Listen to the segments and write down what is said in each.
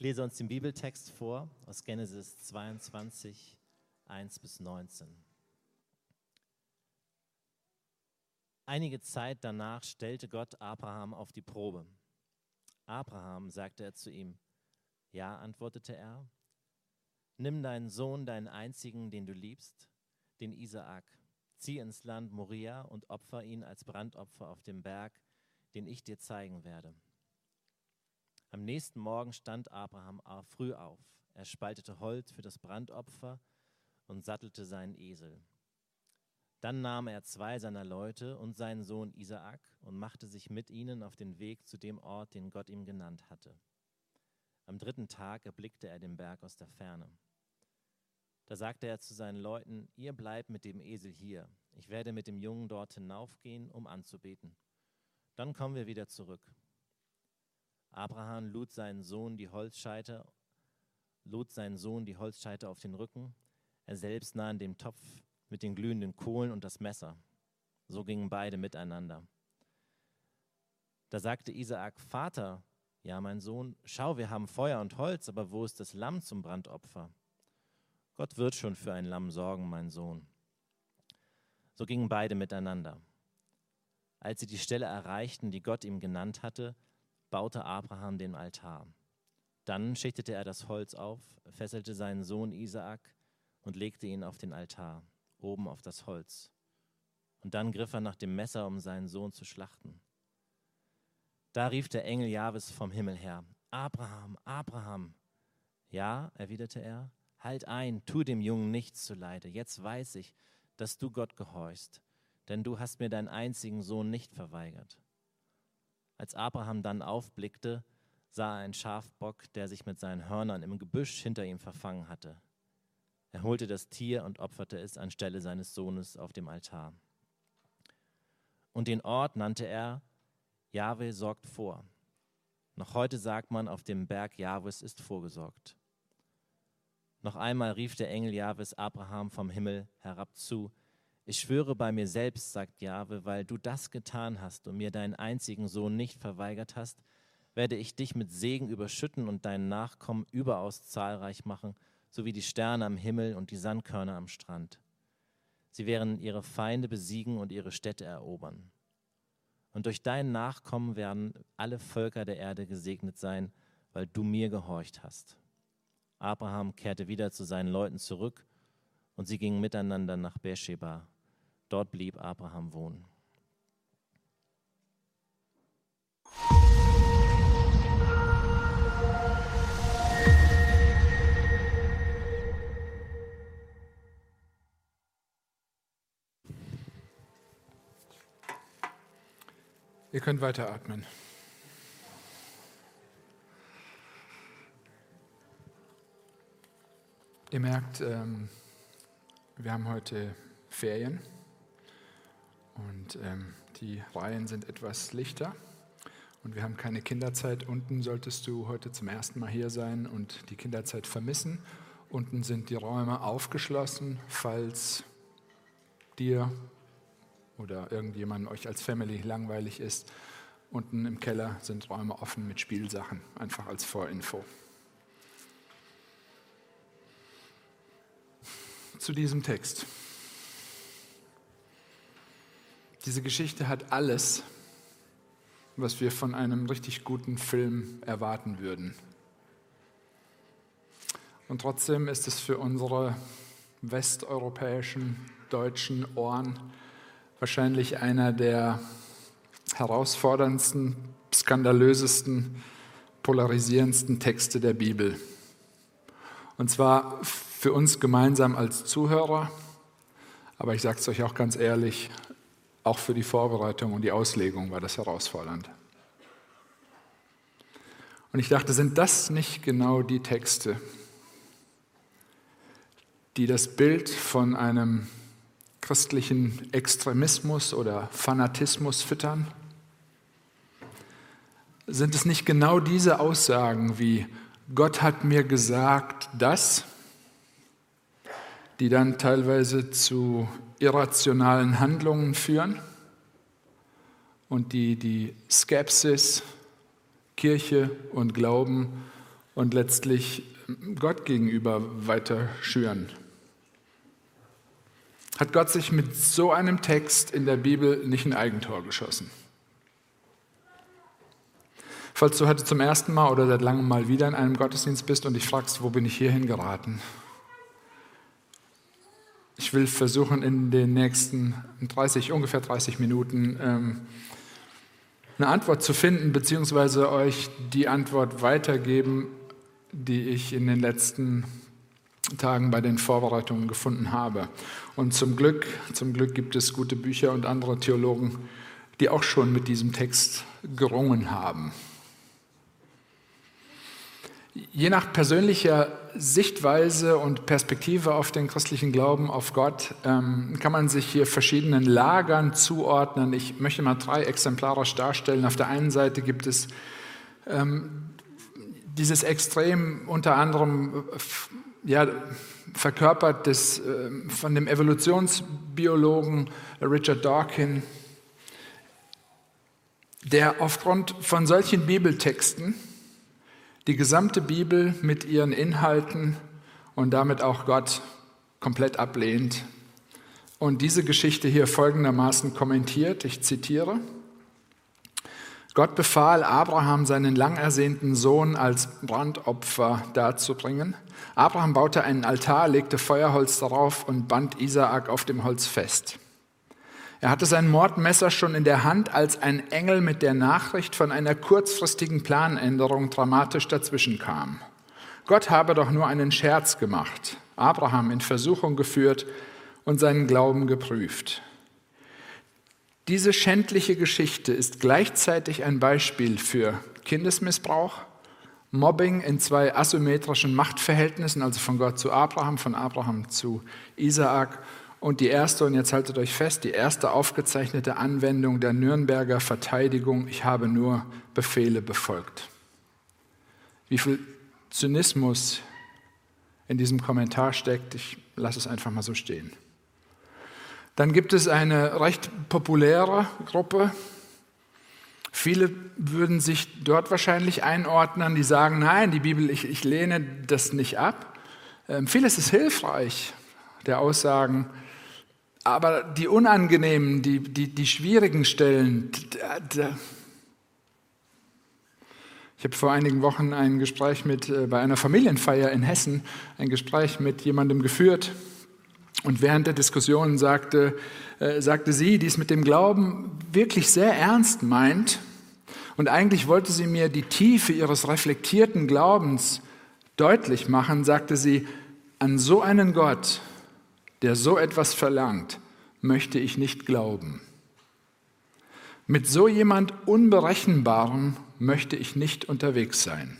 lese uns den Bibeltext vor aus Genesis 22, 1-19. Einige Zeit danach stellte Gott Abraham auf die Probe. Abraham, sagte er zu ihm. Ja, antwortete er. Nimm deinen Sohn, deinen einzigen, den du liebst, den Isaak. Zieh ins Land Moria und opfer ihn als Brandopfer auf dem Berg, den ich dir zeigen werde. Am nächsten Morgen stand Abraham früh auf. Er spaltete Holz für das Brandopfer und sattelte seinen Esel. Dann nahm er 2 seiner Leute und seinen Sohn Isaak und machte sich mit ihnen auf den Weg zu dem Ort, den Gott ihm genannt hatte. Am 3. Tag erblickte er den Berg aus der Ferne. Da sagte er zu seinen Leuten, ihr bleibt mit dem Esel hier. Ich werde mit dem Jungen dort hinaufgehen, um anzubeten. Dann kommen wir wieder zurück. Abraham lud seinen Sohn die Holzscheite auf den Rücken. Er selbst nahm den Topf mit den glühenden Kohlen und das Messer. So gingen beide miteinander. Da sagte Isaak, Vater, ja mein Sohn, schau, wir haben Feuer und Holz, aber wo ist das Lamm zum Brandopfer? Gott wird schon für ein Lamm sorgen, mein Sohn. So gingen beide miteinander. Als sie die Stelle erreichten, die Gott ihm genannt hatte, baute Abraham den Altar. Dann schichtete er das Holz auf, fesselte seinen Sohn Isaak und legte ihn auf den Altar, oben auf das Holz. Und dann griff er nach dem Messer, um seinen Sohn zu schlachten. Da rief der Engel Jahwes vom Himmel her, Abraham, Abraham. Ja, erwiderte er, halt ein, tu dem Jungen nichts zuleide. Jetzt weiß ich, dass du Gott gehorchst, denn du hast mir deinen einzigen Sohn nicht verweigert. Als Abraham dann aufblickte, sah er einen Schafbock, der sich mit seinen Hörnern im Gebüsch hinter ihm verfangen hatte. Er holte das Tier und opferte es anstelle seines Sohnes auf dem Altar. Und den Ort nannte er, Jahwe sorgt vor. Noch heute sagt man, auf dem Berg Jahwes ist vorgesorgt. Noch einmal rief der Engel Jahwes Abraham vom Himmel herab zu, ich schwöre bei mir selbst, sagt Jahwe, weil du das getan hast und mir deinen einzigen Sohn nicht verweigert hast, werde ich dich mit Segen überschütten und deinen Nachkommen überaus zahlreich machen, so wie die Sterne am Himmel und die Sandkörner am Strand. Sie werden ihre Feinde besiegen und ihre Städte erobern. Und durch deinen Nachkommen werden alle Völker der Erde gesegnet sein, weil du mir gehorcht hast. Abraham kehrte wieder zu seinen Leuten zurück und sie gingen miteinander nach Beersheba. Dort blieb Abraham wohnen. Ihr könnt weiteratmen. Ihr merkt, wir haben heute Ferien und die Reihen sind etwas lichter und wir haben keine Kinderzeit. Unten solltest du heute zum ersten Mal hier sein und die Kinderzeit vermissen. Unten sind die Räume aufgeschlossen, falls dir oder irgendjemand euch als Family langweilig ist. Unten im Keller sind Räume offen mit Spielsachen, einfach als Vorinfo. Zu diesem Text. Diese Geschichte hat alles, was wir von einem richtig guten Film erwarten würden. Und trotzdem ist es für unsere westeuropäischen, deutschen Ohren wahrscheinlich einer der herausforderndsten, skandalösesten, polarisierendsten Texte der Bibel. Und zwar für uns gemeinsam als Zuhörer, aber ich sage es euch auch ganz ehrlich, auch für die Vorbereitung und die Auslegung war das herausfordernd. Und ich dachte, sind das nicht genau die Texte, die das Bild von einem christlichen Extremismus oder Fanatismus füttern? Sind es nicht genau diese Aussagen wie Gott hat mir gesagt, das, die dann teilweise zu irrationalen Handlungen führen und die Skepsis, Kirche und Glauben und letztlich Gott gegenüber weiter schüren. Hat Gott sich mit so einem Text in der Bibel nicht ein Eigentor geschossen? Falls du heute zum ersten Mal oder seit langem mal wieder in einem Gottesdienst bist und dich fragst, wo bin ich hierhin geraten? Ich will versuchen, in den nächsten ungefähr 30 Minuten eine Antwort zu finden, beziehungsweise euch die Antwort weitergeben, die ich in den letzten Tagen bei den Vorbereitungen gefunden habe. Und zum Glück gibt es gute Bücher und andere Theologen, die auch schon mit diesem Text gerungen haben. Je nach persönlicher Sichtweise und Perspektive auf den christlichen Glauben, auf Gott, kann man sich hier verschiedenen Lagern zuordnen. Ich möchte mal 3 exemplarisch darstellen. Auf der einen Seite gibt es dieses Extrem unter anderem verkörpert von dem Evolutionsbiologen Richard Dawkins, der aufgrund von solchen Bibeltexten die gesamte Bibel mit ihren Inhalten und damit auch Gott komplett ablehnt und diese Geschichte hier folgendermaßen kommentiert, ich zitiere: Gott befahl Abraham, seinen lang ersehnten Sohn als Brandopfer darzubringen. Abraham baute einen Altar, legte Feuerholz darauf und band Isaak auf dem Holz fest. Er hatte sein Mordmesser schon in der Hand, als ein Engel mit der Nachricht von einer kurzfristigen Planänderung dramatisch dazwischen kam. Gott habe doch nur einen Scherz gemacht, Abraham in Versuchung geführt und seinen Glauben geprüft. Diese schändliche Geschichte ist gleichzeitig ein Beispiel für Kindesmissbrauch, Mobbing in 2 asymmetrischen Machtverhältnissen, also von Gott zu Abraham, von Abraham zu Isaak, und die erste, und jetzt haltet euch fest, die erste aufgezeichnete Anwendung der Nürnberger Verteidigung: Ich habe nur Befehle befolgt. Wie viel Zynismus in diesem Kommentar steckt, ich lasse es einfach mal so stehen. Dann gibt es eine recht populäre Gruppe. Viele würden sich dort wahrscheinlich einordnen, die sagen, nein, die Bibel, ich lehne das nicht ab. Vieles ist hilfreich, der Aussagen, aber die unangenehmen, die schwierigen Stellen, ich habe vor einigen Wochen ein Gespräch bei einer Familienfeier in Hessen, ein Gespräch mit jemandem geführt, und während der Diskussion sagte sie, die es mit dem Glauben wirklich sehr ernst meint, und eigentlich wollte sie mir die Tiefe ihres reflektierten Glaubens deutlich machen, sagte sie: An so einen Gott, der so etwas verlangt, möchte ich nicht glauben. Mit so jemand Unberechenbarem möchte ich nicht unterwegs sein.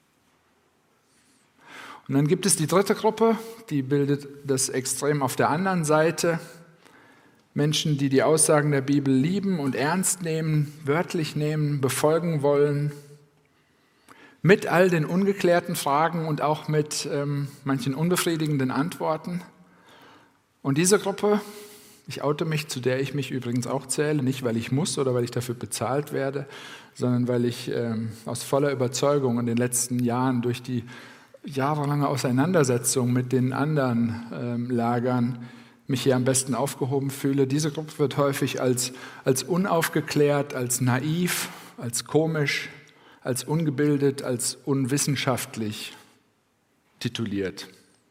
Und dann gibt es die dritte Gruppe, die bildet das Extrem auf der anderen Seite. Menschen, die die Aussagen der Bibel lieben und ernst nehmen, wörtlich nehmen, befolgen wollen, mit all den ungeklärten Fragen und auch mit manchen unbefriedigenden Antworten. Und diese Gruppe, ich oute mich, zu der ich mich übrigens auch zähle, nicht weil ich muss oder weil ich dafür bezahlt werde, sondern weil ich aus voller Überzeugung in den letzten Jahren durch die jahrelange Auseinandersetzung mit den anderen Lagern mich hier am besten aufgehoben fühle. Diese Gruppe wird häufig als unaufgeklärt, als naiv, als komisch, als ungebildet, als unwissenschaftlich tituliert.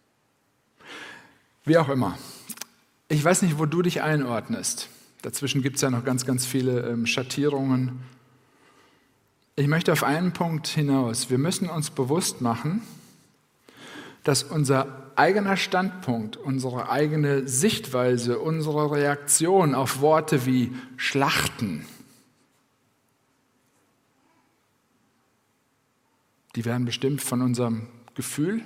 Wie auch immer. Ich weiß nicht, wo du dich einordnest. Dazwischen gibt es ja noch ganz, ganz viele Schattierungen. Ich möchte auf einen Punkt hinaus. Wir müssen uns bewusst machen, dass unser eigener Standpunkt, unsere eigene Sichtweise, unsere Reaktion auf Worte wie Schlachten, die werden bestimmt von unserem Gefühl,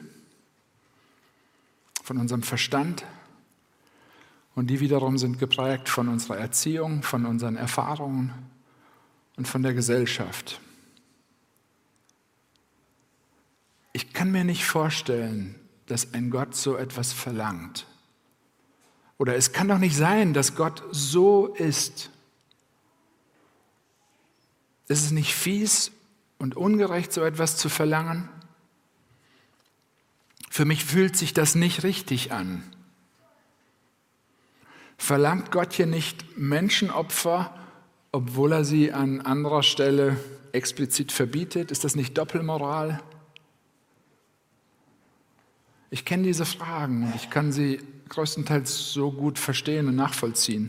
von unserem Verstand, und die wiederum sind geprägt von unserer Erziehung, von unseren Erfahrungen und von der Gesellschaft. Ich kann mir nicht vorstellen, dass ein Gott so etwas verlangt. Oder es kann doch nicht sein, dass Gott so ist. Ist es nicht fies und ungerecht, so etwas zu verlangen? Für mich fühlt sich das nicht richtig an. Verlangt Gott hier nicht Menschenopfer, obwohl er sie an anderer Stelle explizit verbietet? Ist das nicht Doppelmoral? Ich kenne diese Fragen und ich kann sie größtenteils so gut verstehen und nachvollziehen.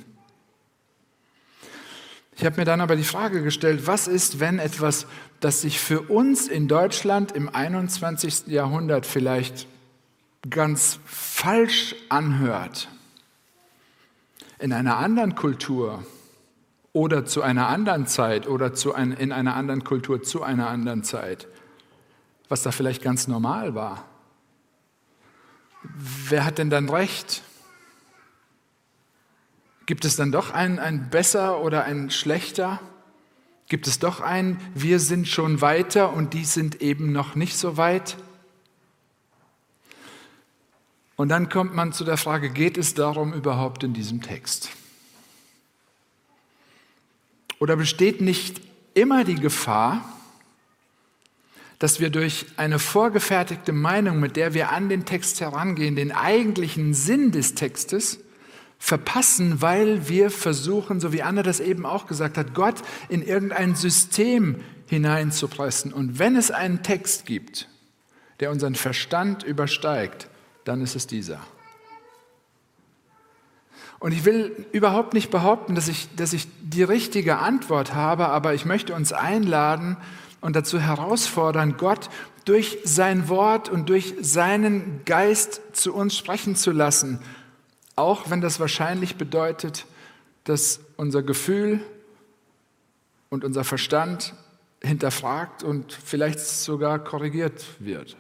Ich habe mir dann aber die Frage gestellt, was ist, wenn etwas, das sich für uns in Deutschland im 21. Jahrhundert vielleicht ganz falsch anhört, in einer anderen Kultur oder zu einer anderen Zeit oder in einer anderen Kultur zu einer anderen Zeit, was da vielleicht ganz normal war. Wer hat denn dann recht? Gibt es dann doch ein besser oder ein schlechter? Gibt es doch ein, wir sind schon weiter und die sind eben noch nicht so weit? Und dann kommt man zu der Frage, geht es darum überhaupt in diesem Text? Oder besteht nicht immer die Gefahr, dass wir durch eine vorgefertigte Meinung, mit der wir an den Text herangehen, den eigentlichen Sinn des Textes verpassen, weil wir versuchen, so wie Anna das eben auch gesagt hat, Gott in irgendein System hineinzupressen. Und wenn es einen Text gibt, der unseren Verstand übersteigt, dann ist es dieser. Und ich will überhaupt nicht behaupten, dass ich die richtige Antwort habe, aber ich möchte uns einladen und dazu herausfordern, Gott durch sein Wort und durch seinen Geist zu uns sprechen zu lassen, auch wenn das wahrscheinlich bedeutet, dass unser Gefühl und unser Verstand hinterfragt und vielleicht sogar korrigiert wird.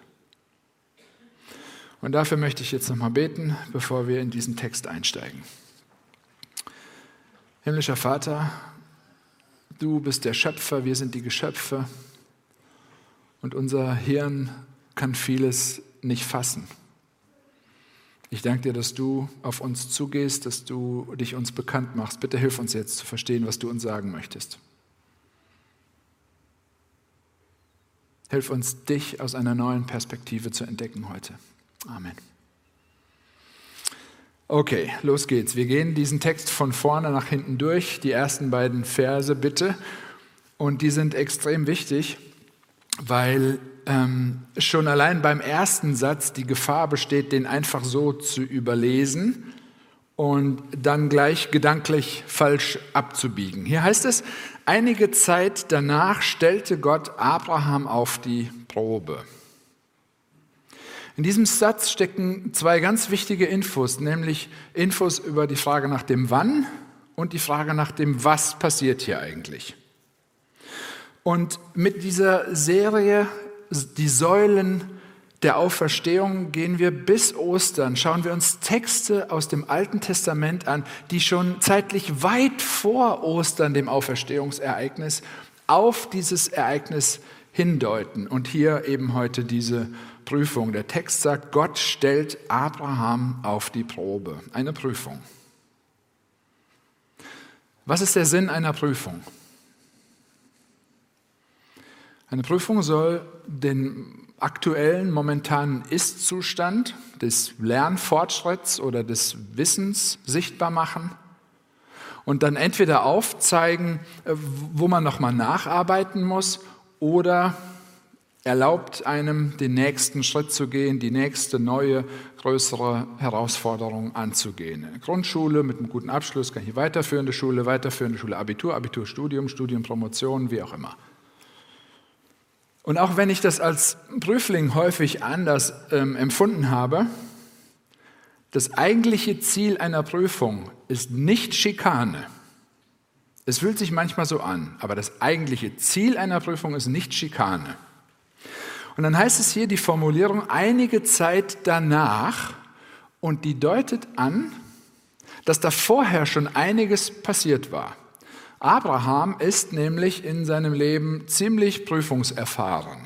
Und dafür möchte ich jetzt nochmal beten, bevor wir in diesen Text einsteigen. Himmlischer Vater, du bist der Schöpfer, wir sind die Geschöpfe und unser Hirn kann vieles nicht fassen. Ich danke dir, dass du auf uns zugehst, dass du dich uns bekannt machst. Bitte hilf uns jetzt zu verstehen, was du uns sagen möchtest. Hilf uns, dich aus einer neuen Perspektive zu entdecken heute. Amen. Okay, los geht's. Wir gehen diesen Text von vorne nach hinten durch. Die ersten beiden Verse bitte. Und die sind extrem wichtig, weil schon allein beim ersten Satz die Gefahr besteht, den einfach so zu überlesen und dann gleich gedanklich falsch abzubiegen. Hier heißt es, einige Zeit danach stellte Gott Abraham auf die Probe. In diesem Satz stecken zwei ganz wichtige Infos, nämlich Infos über die Frage nach dem Wann und die Frage nach dem Was passiert hier eigentlich. Und mit dieser Serie, die Säulen der Auferstehung, gehen wir bis Ostern, schauen wir uns Texte aus dem Alten Testament an, die schon zeitlich weit vor Ostern, dem Auferstehungsereignis, auf dieses Ereignis hindeuten. Und hier eben heute diese Prüfung. Der Text sagt, Gott stellt Abraham auf die Probe. Eine Prüfung. Was ist der Sinn einer Prüfung? Eine Prüfung soll den aktuellen, momentanen Ist-Zustand des Lernfortschritts oder des Wissens sichtbar machen und dann entweder aufzeigen, wo man nochmal nacharbeiten muss, oder erlaubt einem, den nächsten Schritt zu gehen, die nächste neue, größere Herausforderung anzugehen. In der Grundschule mit einem guten Abschluss kann ich weiterführende Schule, Abitur, Abiturstudium, Studium, Promotion, wie auch immer. Und auch wenn ich das als Prüfling häufig anders empfunden habe, das eigentliche Ziel einer Prüfung ist nicht Schikane. Es fühlt sich manchmal so an, aber das eigentliche Ziel einer Prüfung ist nicht Schikane. Und dann heißt es hier die Formulierung einige Zeit danach, und die deutet an, dass da vorher schon einiges passiert war. Abraham ist nämlich in seinem Leben ziemlich prüfungserfahren.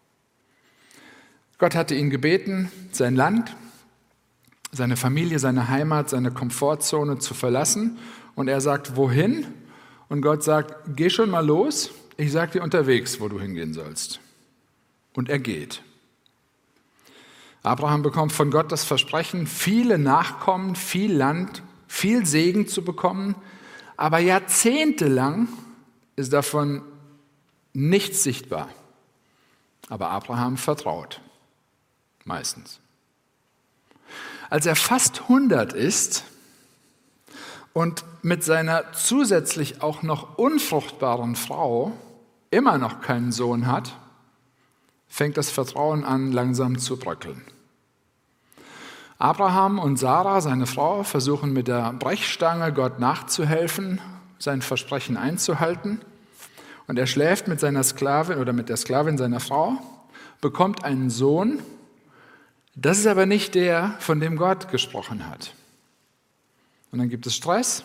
Gott hatte ihn gebeten, sein Land, seine Familie, seine Heimat, seine Komfortzone zu verlassen. Und er sagt, wohin? Und Gott sagt, geh schon mal los, ich sage dir unterwegs, wo du hingehen sollst. Und er geht. Abraham bekommt von Gott das Versprechen, viele Nachkommen, viel Land, viel Segen zu bekommen, aber jahrzehntelang ist davon nichts sichtbar. Aber Abraham vertraut, meistens. Als er fast 100 ist und mit seiner zusätzlich auch noch unfruchtbaren Frau immer noch keinen Sohn hat, fängt das Vertrauen an, langsam zu bröckeln. Abraham und Sarah, seine Frau, versuchen mit der Brechstange Gott nachzuhelfen, sein Versprechen einzuhalten. Und er schläft mit seiner Sklavin oder mit der Sklavin seiner Frau, bekommt einen Sohn. Das ist aber nicht der, von dem Gott gesprochen hat. Und dann gibt es Stress.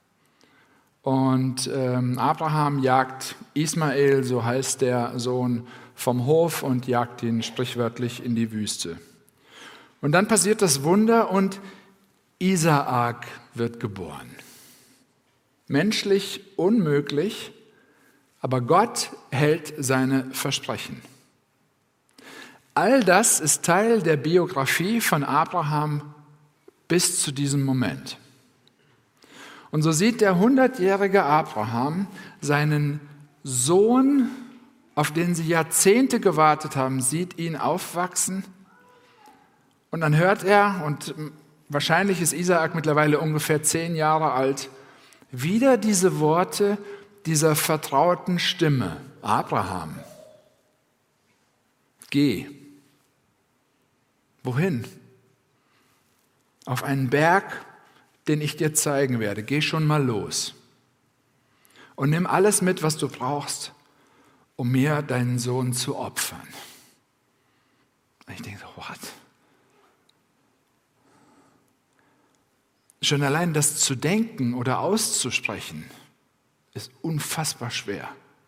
Und Abraham jagt Ismael, so heißt der Sohn, vom Hof und jagt ihn sprichwörtlich in die Wüste. Und dann passiert das Wunder und Isaak wird geboren. Menschlich unmöglich, aber Gott hält seine Versprechen. All das ist Teil der Biografie von Abraham bis zu diesem Moment. Und so sieht der 100-jährige Abraham seinen Sohn, auf den sie Jahrzehnte gewartet haben, sieht ihn aufwachsen. Und dann hört er, und wahrscheinlich ist Isaak mittlerweile ungefähr 10 Jahre alt, wieder diese Worte dieser vertrauten Stimme. Abraham, geh. Wohin? Auf einen Berg, den ich dir zeigen werde. Geh schon mal los. Und nimm alles mit, was du brauchst, um mir deinen Sohn zu opfern. Und ich denke, what? Schon allein das zu denken oder auszusprechen, ist unfassbar schwer.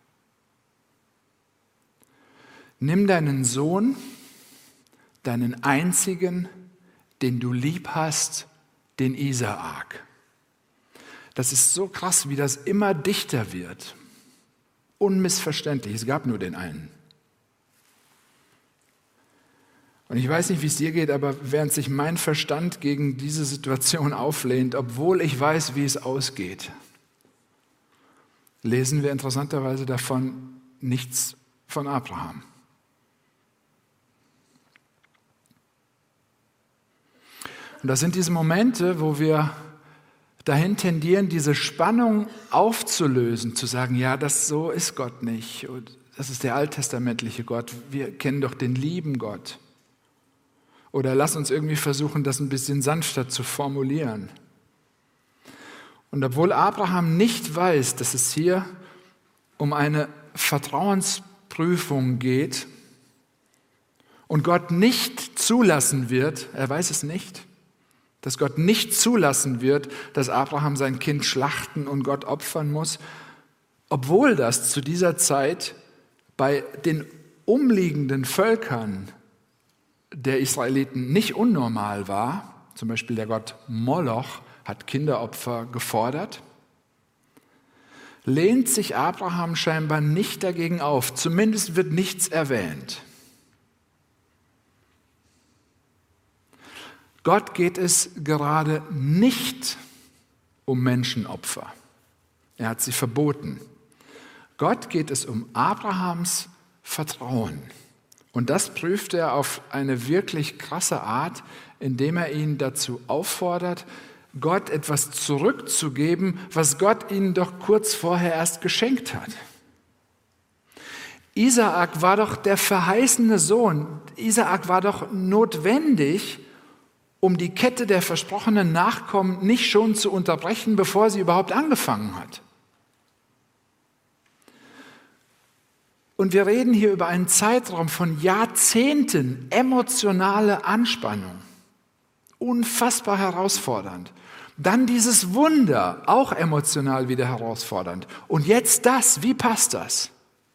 Nimm deinen Sohn, deinen einzigen, den du lieb hast, den Isaak. Das ist so krass, wie das immer dichter wird. Unmissverständlich, es gab nur den einen. Und ich weiß nicht, wie es dir geht, aber während sich mein Verstand gegen diese Situation auflehnt, obwohl ich weiß, wie es ausgeht, lesen wir interessanterweise davon nichts von Abraham. Und das sind diese Momente, wo wir dahin tendieren, diese Spannung aufzulösen, zu sagen, ja, so ist Gott nicht. Und das ist der alttestamentliche Gott. Wir kennen doch den lieben Gott. Oder lass uns irgendwie versuchen, das ein bisschen sanfter zu formulieren. Und obwohl Abraham nicht weiß, dass es hier um eine Vertrauensprüfung geht und Gott nicht zulassen wird, er weiß es nicht, dass Gott nicht zulassen wird, dass Abraham sein Kind schlachten und Gott opfern muss, obwohl das zu dieser Zeit bei den umliegenden Völkern der Israeliten nicht unnormal war, zum Beispiel der Gott Moloch hat Kinderopfer gefordert, lehnt sich Abraham scheinbar nicht dagegen auf, zumindest wird nichts erwähnt. Gott geht es gerade nicht um Menschenopfer. Er hat sie verboten. Gott geht es um Abrahams Vertrauen. Und das prüft er auf eine wirklich krasse Art, indem er ihn dazu auffordert, Gott etwas zurückzugeben, was Gott ihnen doch kurz vorher erst geschenkt hat. Isaak war doch der verheißene Sohn. Isaak war doch notwendig, um die Kette der versprochenen Nachkommen nicht schon zu unterbrechen, bevor sie überhaupt angefangen hat. Und wir reden hier über einen Zeitraum von Jahrzehnten, emotionale Anspannung, unfassbar herausfordernd. Dann dieses Wunder, auch emotional wieder herausfordernd. Und jetzt das, wie passt das?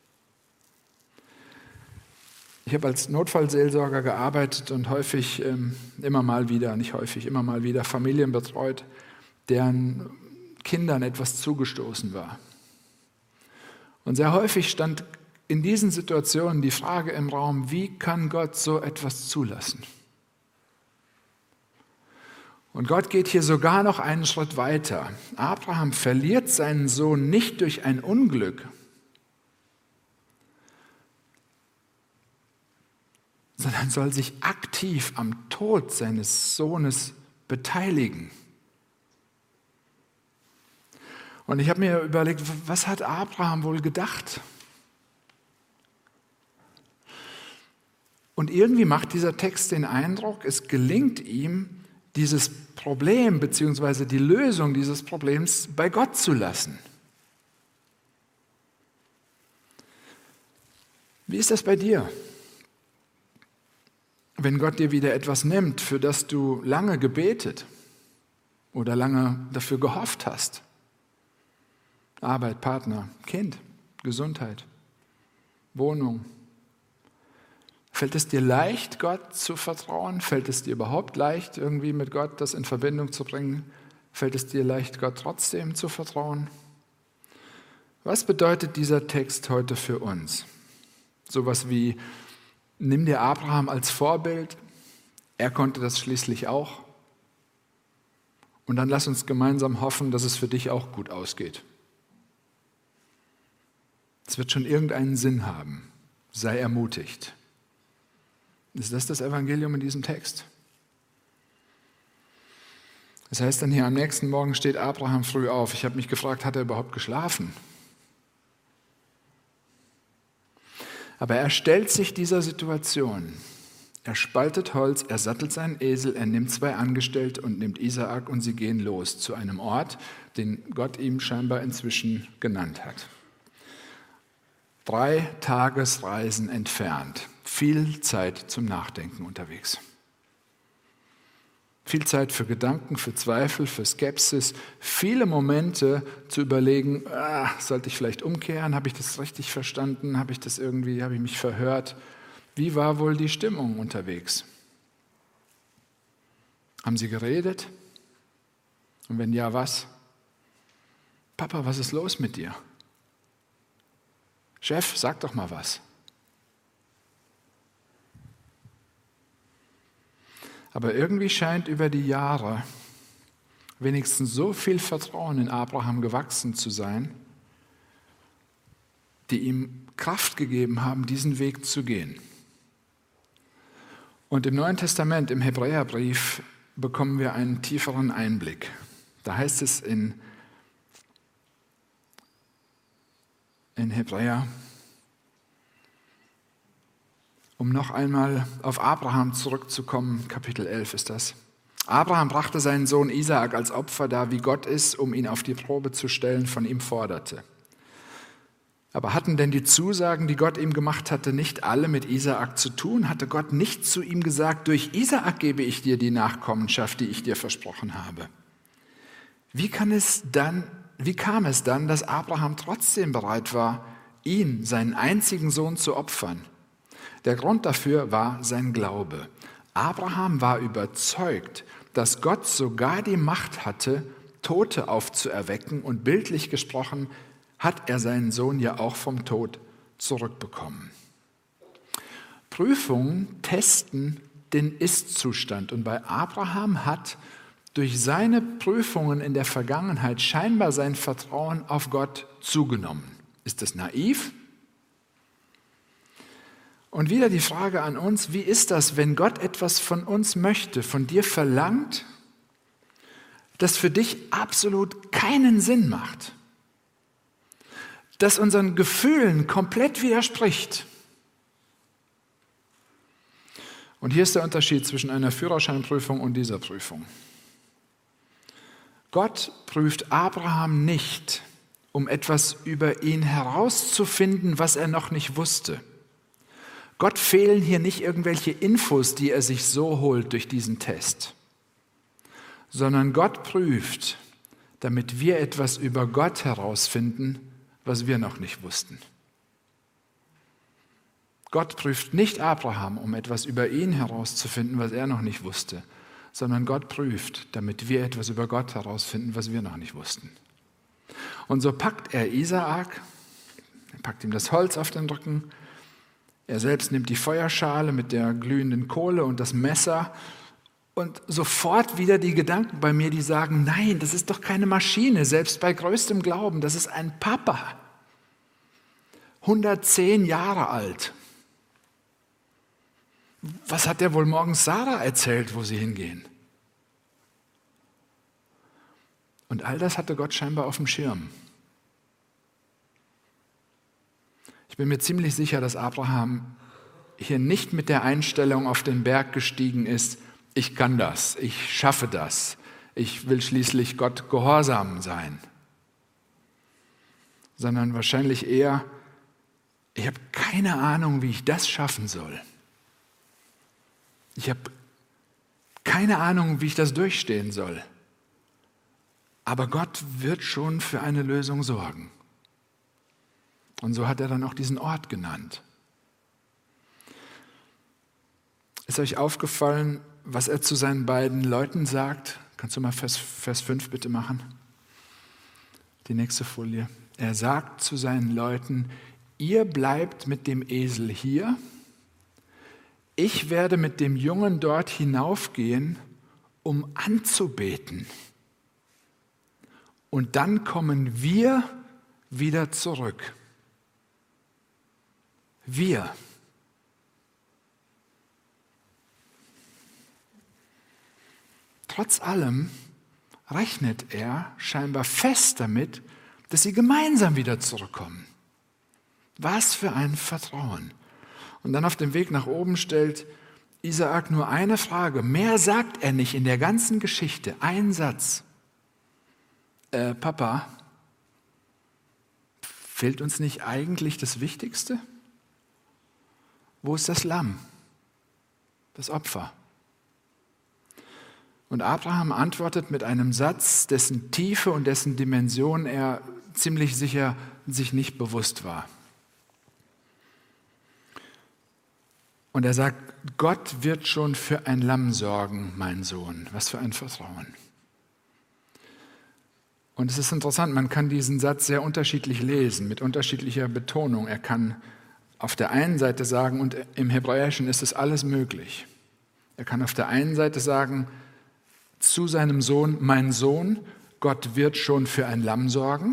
Ich habe als Notfallseelsorger gearbeitet und häufig immer mal wieder Familien betreut, deren Kindern etwas zugestoßen war. Und sehr häufig stand in diesen Situationen die Frage im Raum, wie kann Gott so etwas zulassen? Und Gott geht hier sogar noch einen Schritt weiter. Abraham verliert seinen Sohn nicht durch ein Unglück, sondern soll sich aktiv am Tod seines Sohnes beteiligen. Und ich habe mir überlegt, was hat Abraham wohl gedacht? Und irgendwie macht dieser Text den Eindruck, es gelingt ihm, dieses Problem bzw. die Lösung dieses Problems bei Gott zu lassen. Wie ist das bei dir? Wenn Gott dir wieder etwas nimmt, für das du lange gebetet oder lange dafür gehofft hast, Arbeit, Partner, Kind, Gesundheit, Wohnung. Fällt es dir leicht, Gott zu vertrauen? Fällt es dir überhaupt leicht, irgendwie mit Gott das in Verbindung zu bringen? Fällt es dir leicht, Gott trotzdem zu vertrauen? Was bedeutet dieser Text heute für uns? Sowas wie, nimm dir Abraham als Vorbild, er konnte das schließlich auch. Und dann lass uns gemeinsam hoffen, dass es für dich auch gut ausgeht. Es wird schon irgendeinen Sinn haben. Sei ermutigt. Ist das Evangelium in diesem Text? Das heißt dann hier, am nächsten Morgen steht Abraham früh auf. Ich habe mich gefragt, hat er überhaupt geschlafen? Aber er stellt sich dieser Situation. Er spaltet Holz, er sattelt seinen Esel, er nimmt 2 Angestellte und nimmt Isaak und sie gehen los zu einem Ort, den Gott ihm scheinbar inzwischen genannt hat. 3 Tagesreisen entfernt. Viel Zeit zum Nachdenken unterwegs. Viel Zeit für Gedanken, für Zweifel, für Skepsis. Viele Momente zu überlegen, sollte ich vielleicht umkehren? Habe ich das richtig verstanden? Habe ich mich verhört? Wie war wohl die Stimmung unterwegs? Haben sie geredet? Und wenn ja, was? Papa, was ist los mit dir? Chef, sag doch mal was. Aber irgendwie scheint über die Jahre wenigstens so viel Vertrauen in Abraham gewachsen zu sein, die ihm Kraft gegeben haben, diesen Weg zu gehen. Und im Neuen Testament, im Hebräerbrief, bekommen wir einen tieferen Einblick. Da heißt es in Hebräer, um noch einmal auf Abraham zurückzukommen, Kapitel 11 ist das. Abraham brachte seinen Sohn Isaak als Opfer dar, wie Gott es, um ihn auf die Probe zu stellen, von ihm forderte. Aber hatten denn die Zusagen, die Gott ihm gemacht hatte, nicht alle mit Isaak zu tun? Hatte Gott nicht zu ihm gesagt, durch Isaak gebe ich dir die Nachkommenschaft, die ich dir versprochen habe? Wie kam es dann, dass Abraham trotzdem bereit war, ihn, seinen einzigen Sohn, zu opfern? Der Grund dafür war sein Glaube. Abraham war überzeugt, dass Gott sogar die Macht hatte, Tote aufzuerwecken, und bildlich gesprochen hat er seinen Sohn ja auch vom Tod zurückbekommen. Prüfungen testen den Ist-Zustand, und bei Abraham hat durch seine Prüfungen in der Vergangenheit scheinbar sein Vertrauen auf Gott zugenommen. Ist das naiv? Und wieder die Frage an uns, wie ist das, wenn Gott etwas von uns möchte, von dir verlangt, das für dich absolut keinen Sinn macht, das unseren Gefühlen komplett widerspricht? Und hier ist der Unterschied zwischen einer Führerscheinprüfung und dieser Prüfung. Gott prüft Abraham nicht, um etwas über ihn herauszufinden, was er noch nicht wusste. Gott fehlen hier nicht irgendwelche Infos, die er sich so holt durch diesen Test, sondern Gott prüft, damit wir etwas über Gott herausfinden, was wir noch nicht wussten. Gott prüft nicht Abraham, um etwas über ihn herauszufinden, was er noch nicht wusste, sondern Gott prüft, damit wir etwas über Gott herausfinden, was wir noch nicht wussten. Und so packt er Isaak, er packt ihm das Holz auf den Rücken, er selbst nimmt die Feuerschale mit der glühenden Kohle und das Messer Und sofort wieder die Gedanken bei mir, die sagen, nein, das ist doch keine Maschine, selbst bei größtem Glauben, das ist ein Papa. 110 Jahre alt. Was hat der wohl morgens Sarah erzählt, wo sie hingehen? Und all das hatte Gott scheinbar auf dem Schirm. Ich bin mir ziemlich sicher, dass Abraham hier nicht mit der Einstellung auf den Berg gestiegen ist, ich kann das, ich schaffe das, ich will schließlich Gott gehorsam sein, sondern wahrscheinlich eher, ich habe keine Ahnung, wie ich das schaffen soll. Ich habe keine Ahnung, wie ich das durchstehen soll. Aber Gott wird schon für eine Lösung sorgen. Und so hat er dann auch diesen Ort genannt. Ist euch aufgefallen, was er zu seinen beiden Leuten sagt? Kannst du mal Vers 5 bitte machen? Die nächste Folie. Er sagt zu seinen Leuten, ihr bleibt mit dem Esel hier, ich werde mit dem Jungen dort hinaufgehen, um anzubeten. Und dann kommen wir wieder zurück. Wir. Trotz allem rechnet er scheinbar fest damit, dass sie gemeinsam wieder zurückkommen. Was für ein Vertrauen. Und dann auf dem Weg nach oben stellt Isaak nur eine Frage. Mehr sagt er nicht in der ganzen Geschichte. Ein Satz. Papa, fehlt uns nicht eigentlich das Wichtigste? Wo ist das Lamm? Das Opfer. Und Abraham antwortet mit einem Satz, dessen Tiefe und dessen Dimension er ziemlich sicher sich nicht bewusst war. Und er sagt, Gott wird schon für ein Lamm sorgen, mein Sohn. Was für ein Vertrauen. Und es ist interessant, man kann diesen Satz sehr unterschiedlich lesen, mit unterschiedlicher Betonung. Er kann auf der einen Seite sagen, und im Hebräischen ist es alles möglich. Er kann auf der einen Seite sagen, zu seinem Sohn, mein Sohn, Gott wird schon für ein Lamm sorgen.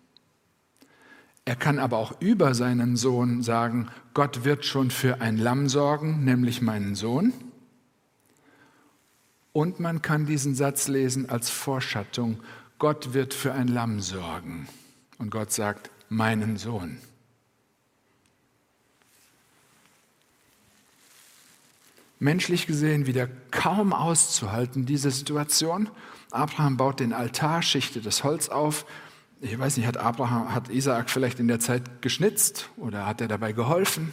Er kann aber auch über seinen Sohn sagen, Gott wird schon für ein Lamm sorgen, nämlich meinen Sohn. Und man kann diesen Satz lesen als Vorschattung, Gott wird für ein Lamm sorgen. Und Gott sagt, meinen Sohn. Menschlich gesehen wieder kaum auszuhalten, diese Situation. Abraham baut den Altar, schichtet das Holz auf. Ich weiß nicht, hat Isaak vielleicht in der Zeit geschnitzt oder hat er dabei geholfen?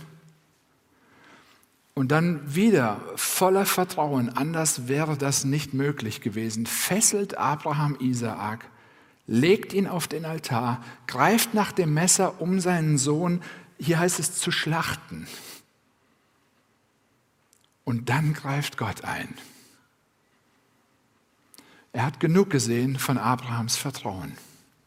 Und dann wieder voller Vertrauen, anders wäre das nicht möglich gewesen, fesselt Abraham Isaak, legt ihn auf den Altar, greift nach dem Messer, um seinen Sohn, hier heißt es, zu schlachten. Und dann greift Gott ein. Er hat genug gesehen von Abrahams Vertrauen.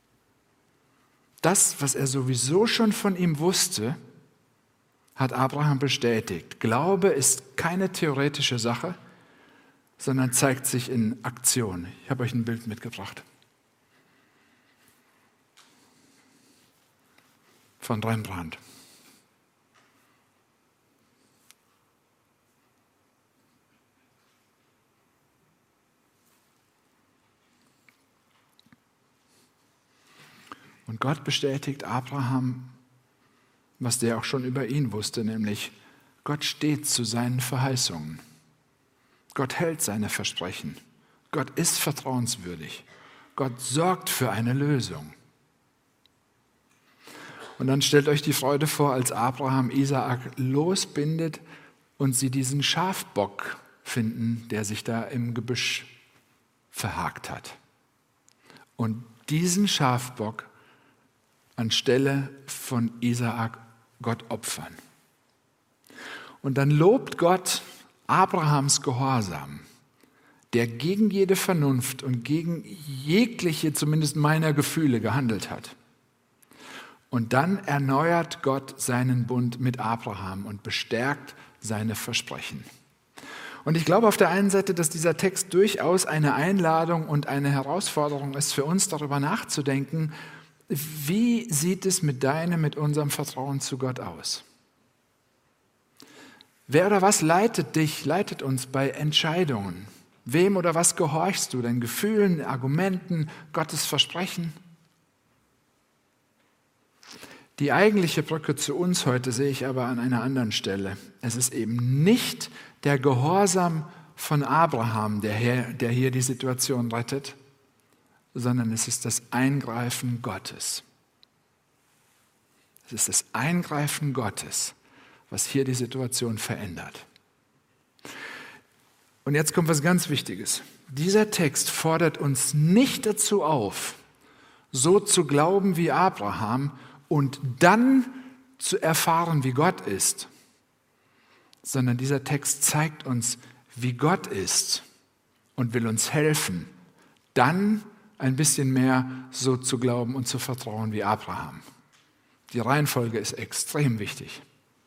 Das, was er sowieso schon von ihm wusste, hat Abraham bestätigt. Glaube ist keine theoretische Sache, sondern zeigt sich in Aktion. Ich habe euch ein Bild mitgebracht. Von Rembrandt. Und Gott bestätigt Abraham, was der auch schon über ihn wusste, nämlich Gott steht zu seinen Verheißungen. Gott hält seine Versprechen. Gott ist vertrauenswürdig. Gott sorgt für eine Lösung. Und dann stellt euch die Freude vor, als Abraham Isaak losbindet und sie diesen Schafbock finden, der sich da im Gebüsch verhakt hat. Und diesen Schafbock anstelle von Isaak Gott opfern. Und dann lobt Gott Abrahams Gehorsam, der gegen jede Vernunft und gegen jegliche, zumindest meiner Gefühle, gehandelt hat. Und dann erneuert Gott seinen Bund mit Abraham und bestärkt seine Versprechen. Und ich glaube auf der einen Seite, dass dieser Text durchaus eine Einladung und eine Herausforderung ist für uns, darüber nachzudenken, wie sieht es mit unserem Vertrauen zu Gott aus? Wer oder was leitet uns bei Entscheidungen? Wem oder was gehorchst du? Deinen Gefühlen, Argumenten, Gottes Versprechen? Die eigentliche Brücke zu uns heute sehe ich aber an einer anderen Stelle. Es ist eben nicht der Gehorsam von Abraham, der hier die Situation rettet, sondern es ist das Eingreifen Gottes. Es ist das Eingreifen Gottes, was hier die Situation verändert. Und jetzt kommt was ganz Wichtiges. Dieser Text fordert uns nicht dazu auf, so zu glauben wie Abraham und dann zu erfahren, wie Gott ist, sondern dieser Text zeigt uns, wie Gott ist und will uns helfen, dann ein bisschen mehr so zu glauben und zu vertrauen wie Abraham. Die Reihenfolge ist extrem wichtig.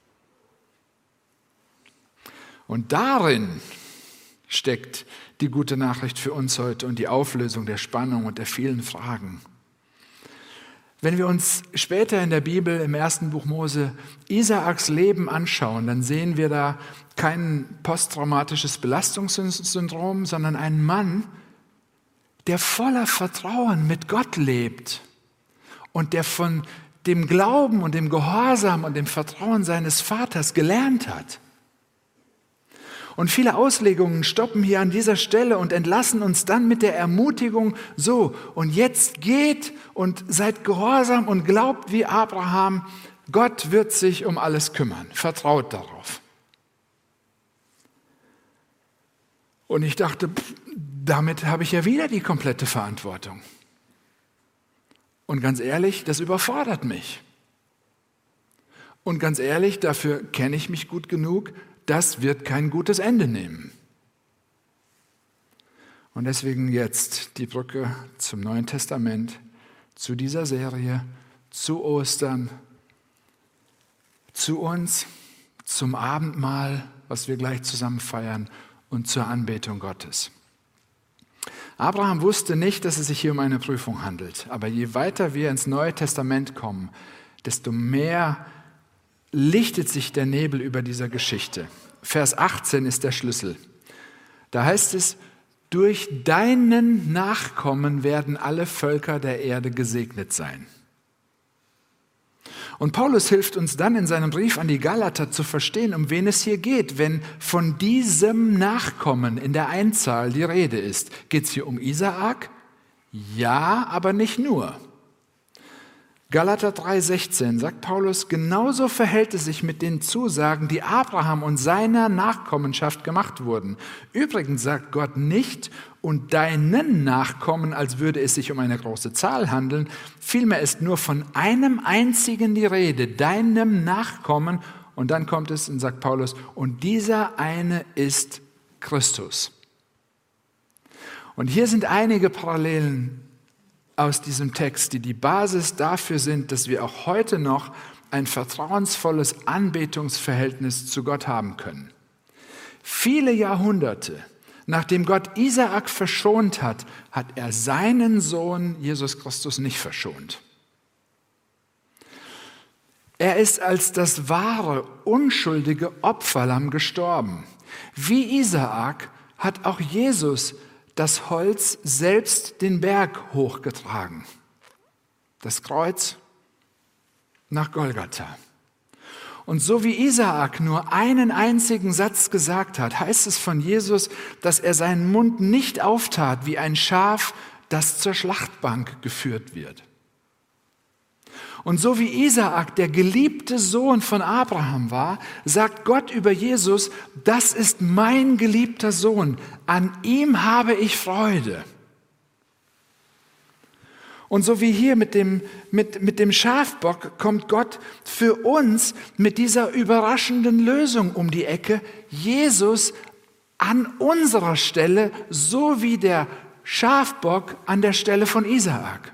Und darin steckt die gute Nachricht für uns heute und die Auflösung der Spannung und der vielen Fragen. Wenn wir uns später in der Bibel im 1. Buch Mose Isaaks Leben anschauen, dann sehen wir da kein posttraumatisches Belastungssyndrom, sondern einen Mann, der voller Vertrauen mit Gott lebt und der von dem Glauben und dem Gehorsam und dem Vertrauen seines Vaters gelernt hat. Und viele Auslegungen stoppen hier an dieser Stelle und entlassen uns dann mit der Ermutigung, so, und jetzt geht und seid gehorsam und glaubt wie Abraham, Gott wird sich um alles kümmern, vertraut darauf. Und ich dachte, damit habe ich ja wieder die komplette Verantwortung. Und ganz ehrlich, das überfordert mich. Und ganz ehrlich, dafür kenne ich mich gut genug, das wird kein gutes Ende nehmen. Und deswegen jetzt die Brücke zum Neuen Testament, zu dieser Serie, zu Ostern, zu uns, zum Abendmahl, was wir gleich zusammen feiern, und zur Anbetung Gottes. Abraham wusste nicht, dass es sich hier um eine Prüfung handelt. Aber je weiter wir ins Neue Testament kommen, desto mehr lichtet sich der Nebel über dieser Geschichte. Vers 18 ist der Schlüssel. Da heißt es, durch deinen Nachkommen werden alle Völker der Erde gesegnet sein. Und Paulus hilft uns dann in seinem Brief an die Galater zu verstehen, um wen es hier geht, wenn von diesem Nachkommen in der Einzahl die Rede ist. Geht es hier um Isaak? Ja, aber nicht nur. Galater 3,16 sagt Paulus, genauso verhält es sich mit den Zusagen, die Abraham und seiner Nachkommenschaft gemacht wurden. Übrigens sagt Gott nicht, und deinen Nachkommen, als würde es sich um eine große Zahl handeln. Vielmehr ist nur von einem einzigen die Rede, deinem Nachkommen. Und dann kommt es und sagt Paulus, und dieser eine ist Christus. Und hier sind einige Parallelen aus diesem Text, die Basis dafür sind, dass wir auch heute noch ein vertrauensvolles Anbetungsverhältnis zu Gott haben können. Viele Jahrhunderte, nachdem Gott Isaak verschont hat, hat er seinen Sohn Jesus Christus nicht verschont. Er ist als das wahre, unschuldige Opferlamm gestorben. Wie Isaak hat auch Jesus das Holz selbst den Berg hochgetragen. Das Kreuz nach Golgatha. Und so wie Isaak nur einen einzigen Satz gesagt hat, heißt es von Jesus, dass er seinen Mund nicht auftat wie ein Schaf, das zur Schlachtbank geführt wird. Und so wie Isaak der geliebte Sohn von Abraham war, sagt Gott über Jesus, das ist mein geliebter Sohn, an ihm habe ich Freude. Und so wie hier mit dem Schafbock kommt Gott für uns mit dieser überraschenden Lösung um die Ecke, Jesus an unserer Stelle, so wie der Schafbock an der Stelle von Isaak.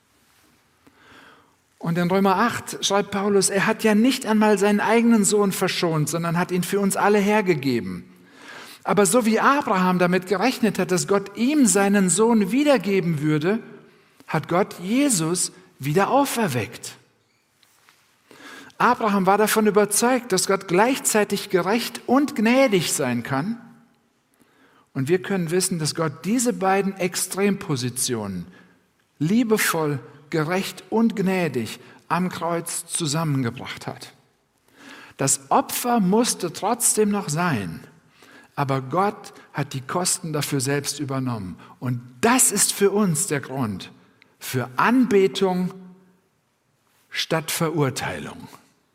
Und in Römer 8 schreibt Paulus, er hat ja nicht einmal seinen eigenen Sohn verschont, sondern hat ihn für uns alle hergegeben. Aber so wie Abraham damit gerechnet hat, dass Gott ihm seinen Sohn wiedergeben würde, hat Gott Jesus wieder auferweckt. Abraham war davon überzeugt, dass Gott gleichzeitig gerecht und gnädig sein kann. Und wir können wissen, dass Gott diese beiden Extrempositionen, liebevoll, gerecht und gnädig, am Kreuz zusammengebracht hat. Das Opfer musste trotzdem noch sein, aber Gott hat die Kosten dafür selbst übernommen. Und das ist für uns der Grund für Anbetung statt Verurteilung.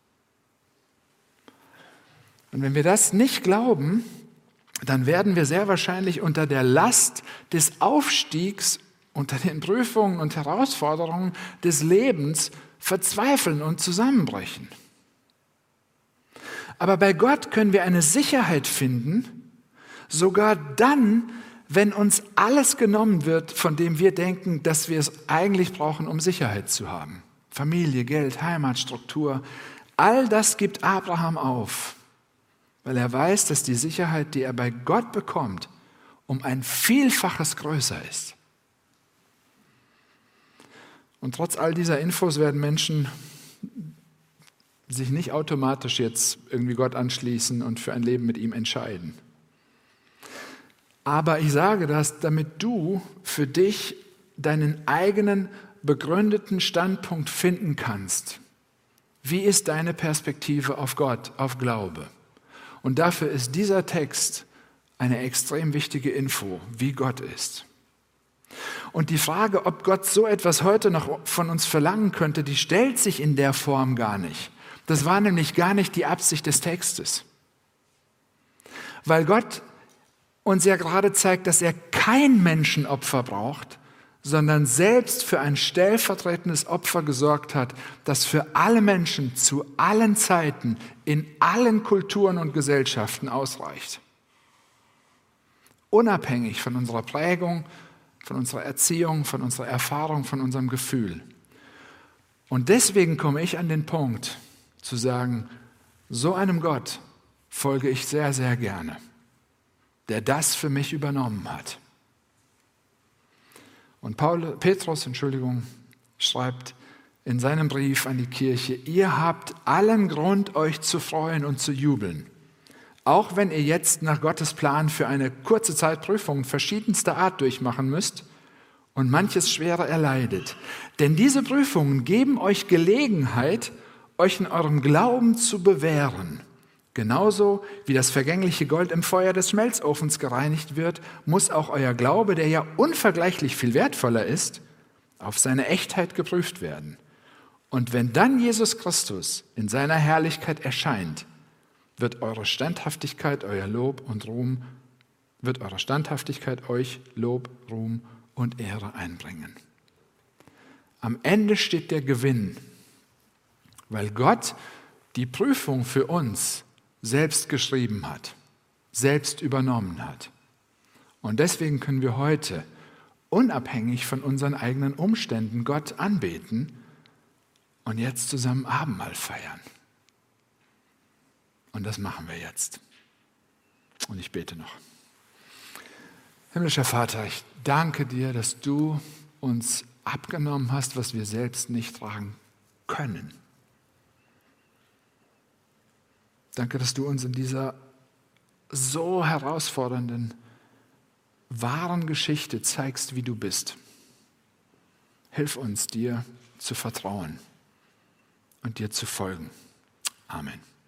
Und wenn wir das nicht glauben, dann werden wir sehr wahrscheinlich unter der Last des Aufstiegs, unter den Prüfungen und Herausforderungen des Lebens verzweifeln und zusammenbrechen. Aber bei Gott können wir eine Sicherheit finden, sogar dann, wenn uns alles genommen wird, von dem wir denken, dass wir es eigentlich brauchen, um Sicherheit zu haben. Familie, Geld, Heimatstruktur, all das gibt Abraham auf, weil er weiß, dass die Sicherheit, die er bei Gott bekommt, um ein Vielfaches größer ist. Und trotz all dieser Infos werden Menschen sich nicht automatisch jetzt irgendwie Gott anschließen und für ein Leben mit ihm entscheiden. Aber ich sage das, damit du für dich deinen eigenen begründeten Standpunkt finden kannst. Wie ist deine Perspektive auf Gott, auf Glaube? Und dafür ist dieser Text eine extrem wichtige Info, wie Gott ist. Und die Frage, ob Gott so etwas heute noch von uns verlangen könnte, die stellt sich in der Form gar nicht. Das war nämlich gar nicht die Absicht des Textes. Weil Gott uns ja gerade zeigt, dass er kein Menschenopfer braucht, sondern selbst für ein stellvertretendes Opfer gesorgt hat, das für alle Menschen zu allen Zeiten, in allen Kulturen und Gesellschaften ausreicht. Unabhängig von unserer Prägung, von unserer Erziehung, von unserer Erfahrung, von unserem Gefühl. Und deswegen komme ich an den Punkt zu sagen, so einem Gott folge ich sehr, sehr gerne, der das für mich übernommen hat. Und Petrus schreibt in seinem Brief an die Kirche, ihr habt allen Grund, euch zu freuen und zu jubeln, auch wenn ihr jetzt nach Gottes Plan für eine kurze Zeit Prüfungen verschiedenster Art durchmachen müsst und manches Schwere erleidet. Denn diese Prüfungen geben euch Gelegenheit, euch in eurem Glauben zu bewähren. Genauso wie das vergängliche Gold im Feuer des Schmelzofens gereinigt wird, muss auch euer Glaube, der ja unvergleichlich viel wertvoller ist, auf seine Echtheit geprüft werden. Und wenn dann Jesus Christus in seiner Herrlichkeit erscheint, wird eure Standhaftigkeit euch Lob, Ruhm und Ehre einbringen. Am Ende steht der Gewinn, weil Gott die Prüfung für uns selbst geschrieben hat, selbst übernommen hat. Und deswegen können wir heute, unabhängig von unseren eigenen Umständen, Gott anbeten und jetzt zusammen Abendmahl feiern. Und das machen wir jetzt. Und ich bete noch. Himmlischer Vater, ich danke dir, dass du uns abgenommen hast, was wir selbst nicht tragen können. Danke, dass du uns in dieser so herausfordernden, wahren Geschichte zeigst, wie du bist. Hilf uns, dir zu vertrauen und dir zu folgen. Amen.